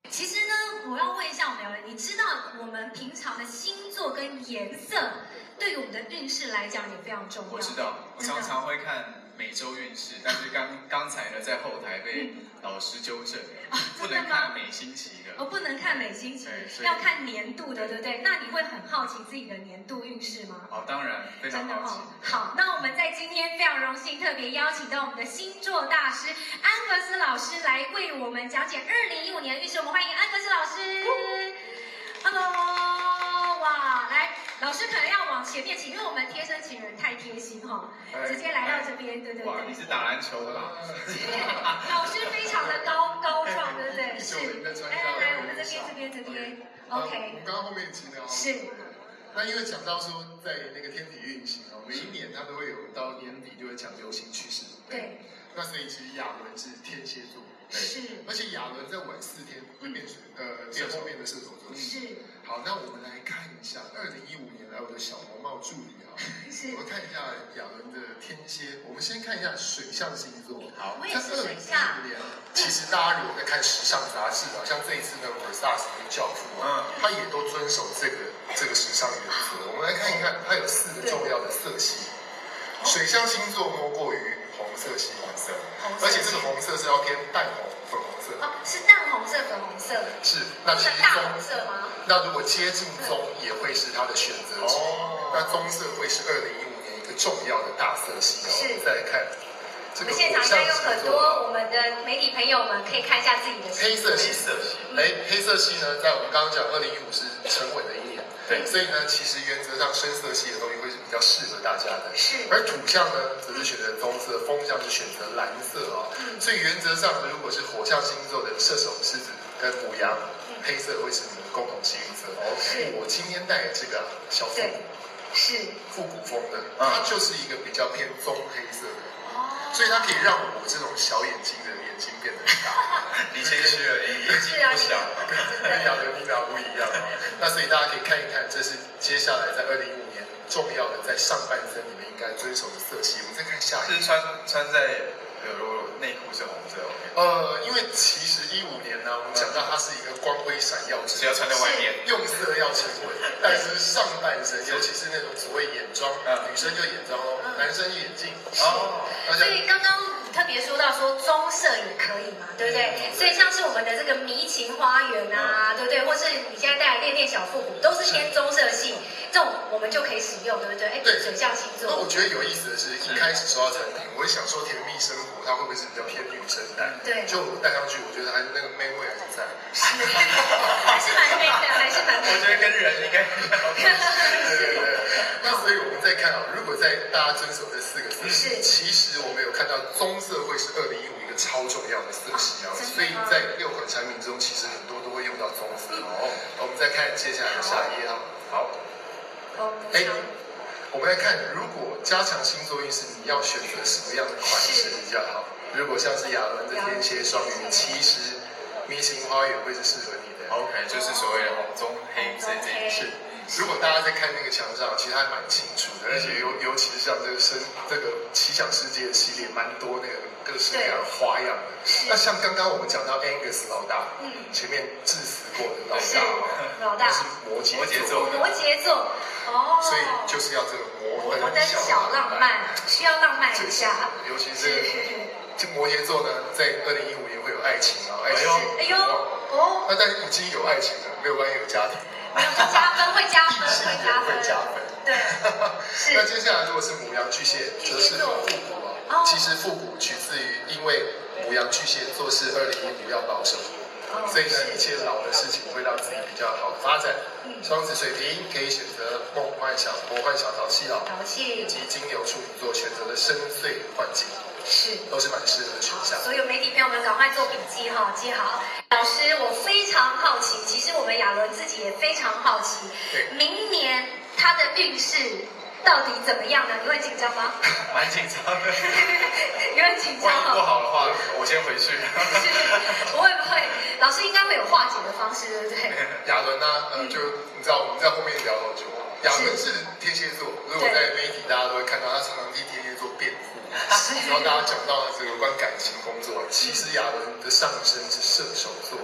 其实呢，我要问一下我们两位，你知道我们平常的星座跟颜色对于我们的运势来讲也非常重要。 我知道，我常常会看每周运势，但是刚才呢在后台被老师纠正，不能看每星期的。 哦，不能看每星期，要看年度的，对不对？那你会很好奇自己的年度运势吗？ 哦，当然，非常好奇。 好，那我们在今天非常荣幸特别邀请到我们的星座大师安格斯老师来为我们讲解2015年的运势。我们欢迎安格斯老师。Hello， 哇，来，老师可能要往前面请，因为我们贴身情人太贴心哈，直接来到这边，对对对。 哇，你是打篮球的吧？ 老师非常的高壮，对不对？ 是。 来，我们这边 ，OK。 我们刚刚后面提到。 是。 那因为讲到说，在那个天体运行哦，每一年它都会有到年底就会讲流行趋势。 对。 那所以其实亚伦是天蝎座。 是。 而且亚伦在晚4天会变后面的射手座。 是。 好，那我们来看一下2015年来我的小毛帽助理啊，我们看一下亚伦的天蝎。我们先看一下水象星座。 好， 在 2015年，其实大家如果在看时尚杂志啊，像这一次的 Versace 的教父啊，他也都遵守这个时尚原则。我们来看一看，它有4个重要的色系。水象星座莫过于红色系黄色，而且这个红色是要偏淡红、粉红色。 哦，是淡红色、粉红色。 是，那其实大红色吗？ 那如果接近棕，也会是它的选择题。那棕色会是2015年一个重要的大色系哦。 是。 再来看， 我们现场应该有很多我们的媒体朋友们可以看一下自己的黑色系。黑色系呢，在我们刚刚讲2015是沉稳的一年。对，所以呢，其实原则上深色系的东西会是比较适合大家的。 是。 而土象呢，则是选择棕色，风象是选择蓝色哦。所以原则上，如果是火象星座的射手、狮子跟牡羊，黑色会是你们的共同幸运色。OK， 我今天戴这个小复古， 是复古风的，它就是一个比较偏棕黑色的。所以它可以让我这种小眼睛的眼睛变得很大。 你谦虚了，眼睛不小， 跟亚伦妮娜不一样。那所以大家可以看一看，这是接下来在2015年重要的在上半身你们应该遵守的色系。我们再看下一个， 是穿在内裤是红色。 因为其实15年呢，我们讲到它是一个光辉闪耀， 是要穿在外面， 用色要沉稳，但是上半身，尤其是那种所谓眼妆，女生就眼妆哦，男生眼镜哦。所以刚刚特别说到说棕色也可以嘛，对不对？所以像是我们的这个迷情花园啊，对不对？或是你现在戴的恋小复古，都是偏棕色系，这种我们就可以使用，对不对？对，水象星座。 那我觉得有意思的是，一开始收到产品，我会想说甜蜜生活，它会不会是比较偏女生戴？ 对。 就戴上去，我觉得还是那个妹味还是在。 还是蛮媚的，还是蛮媚的。 我觉得跟人应该比较。 对。那所以我们再看啊，如果在大家遵守这4个色系，其实我们有看到棕色会是2015一个超重要的色系啊，所以在6款产品中，其实很多都会用到棕色哦。我们再看接下来的下一页啊。好。我们来看，如果加强星座运势，你要选择什么样的款式比较好？如果像是亚伦的天蝎、双鱼，其实迷情花园会是适合你的。 OK， 就是所谓的红棕黑这一是。 如果大家在看那个墙上，其实还蛮清楚的，而且尤其是像这个奇想世界的系列，蛮多那个各式各样花样的。那像刚刚我们讲到 Angus 老大，前面致死过的老大， 是摩羯座， 哦， 所以就是要这个摩登小浪漫，需要浪漫一下。 尤其是这摩羯座呢，在2015年会有爱情啊，爱情哎呦哦， 那但是已经有爱情了，没有关系，有家庭。 没有加分，会加分。对，是。 那接下来如果是牡羊巨蟹，则是复古哦。其实复古取自于，因为牡羊巨蟹做事2015要保守，所以呢，一切老的事情会让自己比较好的发展。双子、水瓶可以选择魔幻小淘气哦，以及金牛、处女座选择了深邃幻境。是，都是蛮适合的选项。 所有媒体朋友们，赶快做笔记哈，记好。老师，我非常好奇，其实我们亚伦自己也非常好奇，明年他的运势到底怎么样呢？你会紧张吗？ 蛮紧张的。 你会紧张吗？万一不好的话，我先回去。 不会不会，老师应该会有化解的方式，对不对？ 亚伦呢，就你知道我们在后面聊好久。亚伦是天蝎座，如果在媒体大家都会看到他常常替天蝎座辩护。然后大家讲到这个有关感情工作，其实亚伦的上升是射手座，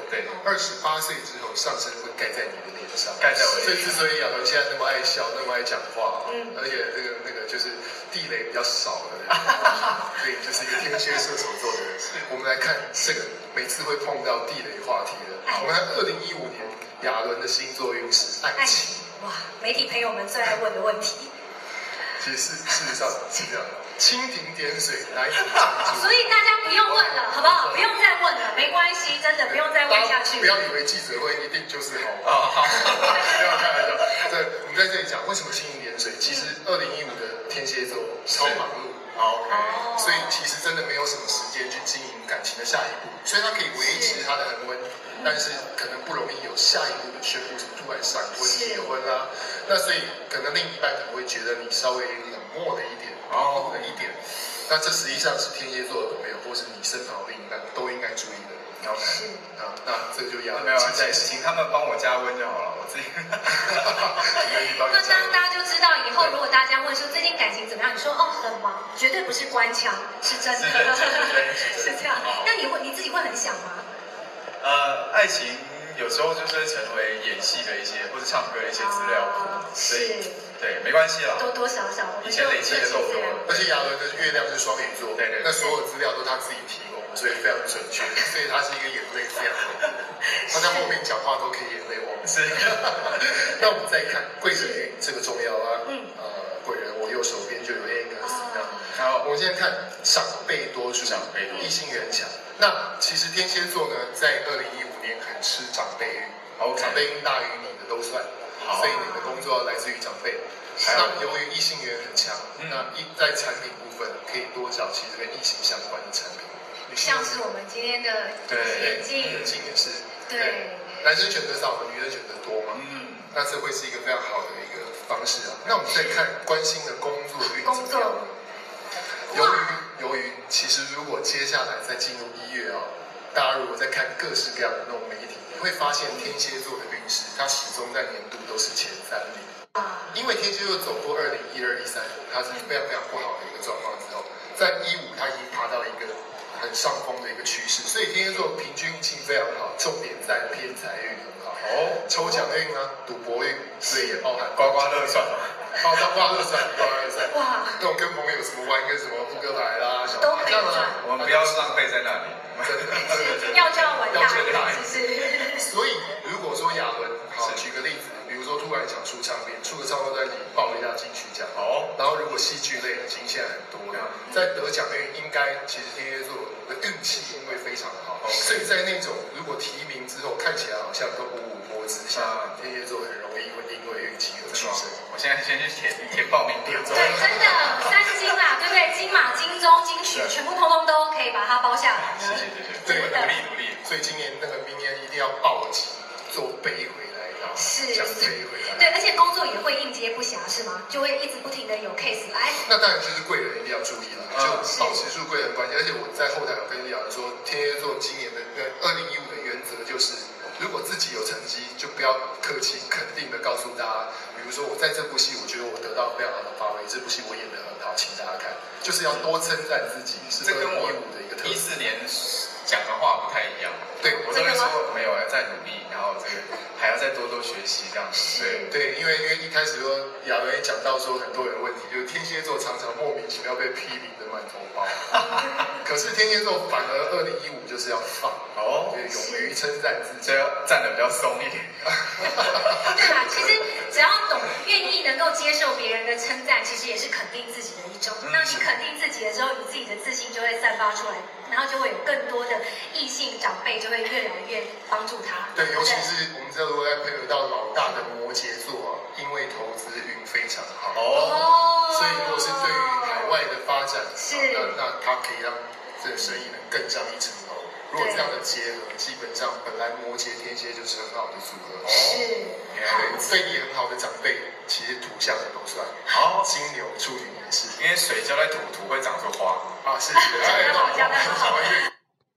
对 ，28岁之后上升会盖在你的脸上， 盖在我的脸上。 所以之所以亚伦现在那么爱笑，那么爱讲话，而且那个就是地雷比较少的人，所以就是一个天蝎射手座的人。我们来看这个每次会碰到地雷话题的，我们看2015年亚伦的星座运势，爱情。 哇，媒体朋友们最爱问的问题。 其实事实上是这样的，蜻蜓点水来讲注。 所以大家不用问了，好不好？不用再问了，没关系，真的不用再问下去。 不要以为记者会一定就是好啊，好，不要开玩笑。对，我们在这里讲为什么蜻蜓点水。其实2015的天蝎座超忙碌。OK， 所以其实真的没有什么时间去经营感情的下一步，所以他可以维持他的恒温，但是可能不容易有下一步的宣布，什么突然闪婚、结婚啦。那所以可能另一半可能会觉得你稍微冷漠了一点，冷了一点。那这实际上是天蝎座的朋友，或是你身旁的另一半都应该注意的。OK， 那这就要没有，请他们帮我加温就好了，我自己。 那这样大家就知道以后，如果大家问说最近感情怎么样，你说哦很忙，绝对不是官腔，是真的，是这样。那你自己会很想吗？ 爱情有时候就是会成为演戏的一些或者唱歌的一些资料库，所以对，没关系啦， 多多少少以前累积的够多了。 而且亚伦的月亮是双鱼座，对，那所有资料都他自己提供，所以非常准确，所以他是一个眼泪非常多，他在后面讲话都可以眼泪汪。是。那我们再看贵人运，这个重要啊。贵人我右手边就有 A 跟 C 啊。好，我们现在看长辈多数，异性缘强。那其实天蝎座呢，在2015年很吃长辈运，长辈运大于你的都算，所以你的工作来自于长辈。那由于异性缘很强，那在产品部分可以多找其实跟异性相关的产品， 像是我们今天的眼镜也是， 对， 男生选择少，女生选择多嘛，那这会是一个非常好的一个方式啊。那我们再看关心的工作运怎么样？由于其实如果接下来再进入1月啊，大家如果在看各式各样的那种媒体，你会发现天蝎座的运势，它始终在年度都是前3名。因为天蝎座走过2012、13，它是非常非常不好的一个状况之后，在15它已经爬到一个很上风的一个趋势，所以天蝎座平均运气非常好，重点在偏财运很好。抽奖运啊，赌博运，所以也包含刮刮乐算吗？ 刮乐算。哇，那种跟朋友什么玩个什么扑克牌啦、小麻将啊， 我们不要浪费在那里。 真的， 要就要玩大一点， 所以如果说亚伦，好，举个例子，比如说突然想出唱片，出个唱片专辑，报一下金曲奖，然后如果戏剧类的金现在很多，在得奖运应该其实天蝎座的运气因为非常好，所以在那种如果提名之后看起来好像都五五波之下，天蝎座很容易会因为运气而取胜。 我现在先去填报名表。 对，真的3金啦，对不对？金马、金钟、金曲，全部通通都可以把它包下来。 对，努力。所以今年明年一定要暴击，做背回来， 是，对，而且工作也会应接不暇，是吗？就会一直不停的有 case 来。 那当然就是贵人一定要注意了，就保持住贵人关系。而且我在后台有跟你讲说，天蝎座今年的2015的原则就是，如果自己有成绩，就不要客气，肯定的告诉大家。比如说我在这部戏，我觉得我得到非常好的发挥，这部戏我演得很好，请大家看，就是要多称赞自己，是2015的一个特色。 14年讲的话不太一样，对我都会说没有，要再努力，然后这个还要再多学习这样子。 对，因为一开始说亚伦也讲到说很多人的问题，就是天蝎座常常莫名其妙被批评的满头包，可是天蝎座反而2015就是要放，就是勇于称赞自己， 要站得比较松一点。 对啊，其实只要愿意能够接受别人的称赞，其实也是肯定自己的一种。那你肯定自己的时候，你自己的自信就会散发出来，然后就会有更多的异性长辈就会越来越帮助他。 对，尤其是我们这如果再配合到老大的摩羯座啊，因为投资运非常好所以如果是对于海外的发展，那它可以让这个生意能更上一层楼。如果这样的结合，基本上本来摩羯天蝎就是很好的组合。对，对你很好的长辈，其实土象的都算。金牛、处女也是， 因为水浇在土会长出花。 是。讲得好，讲得好。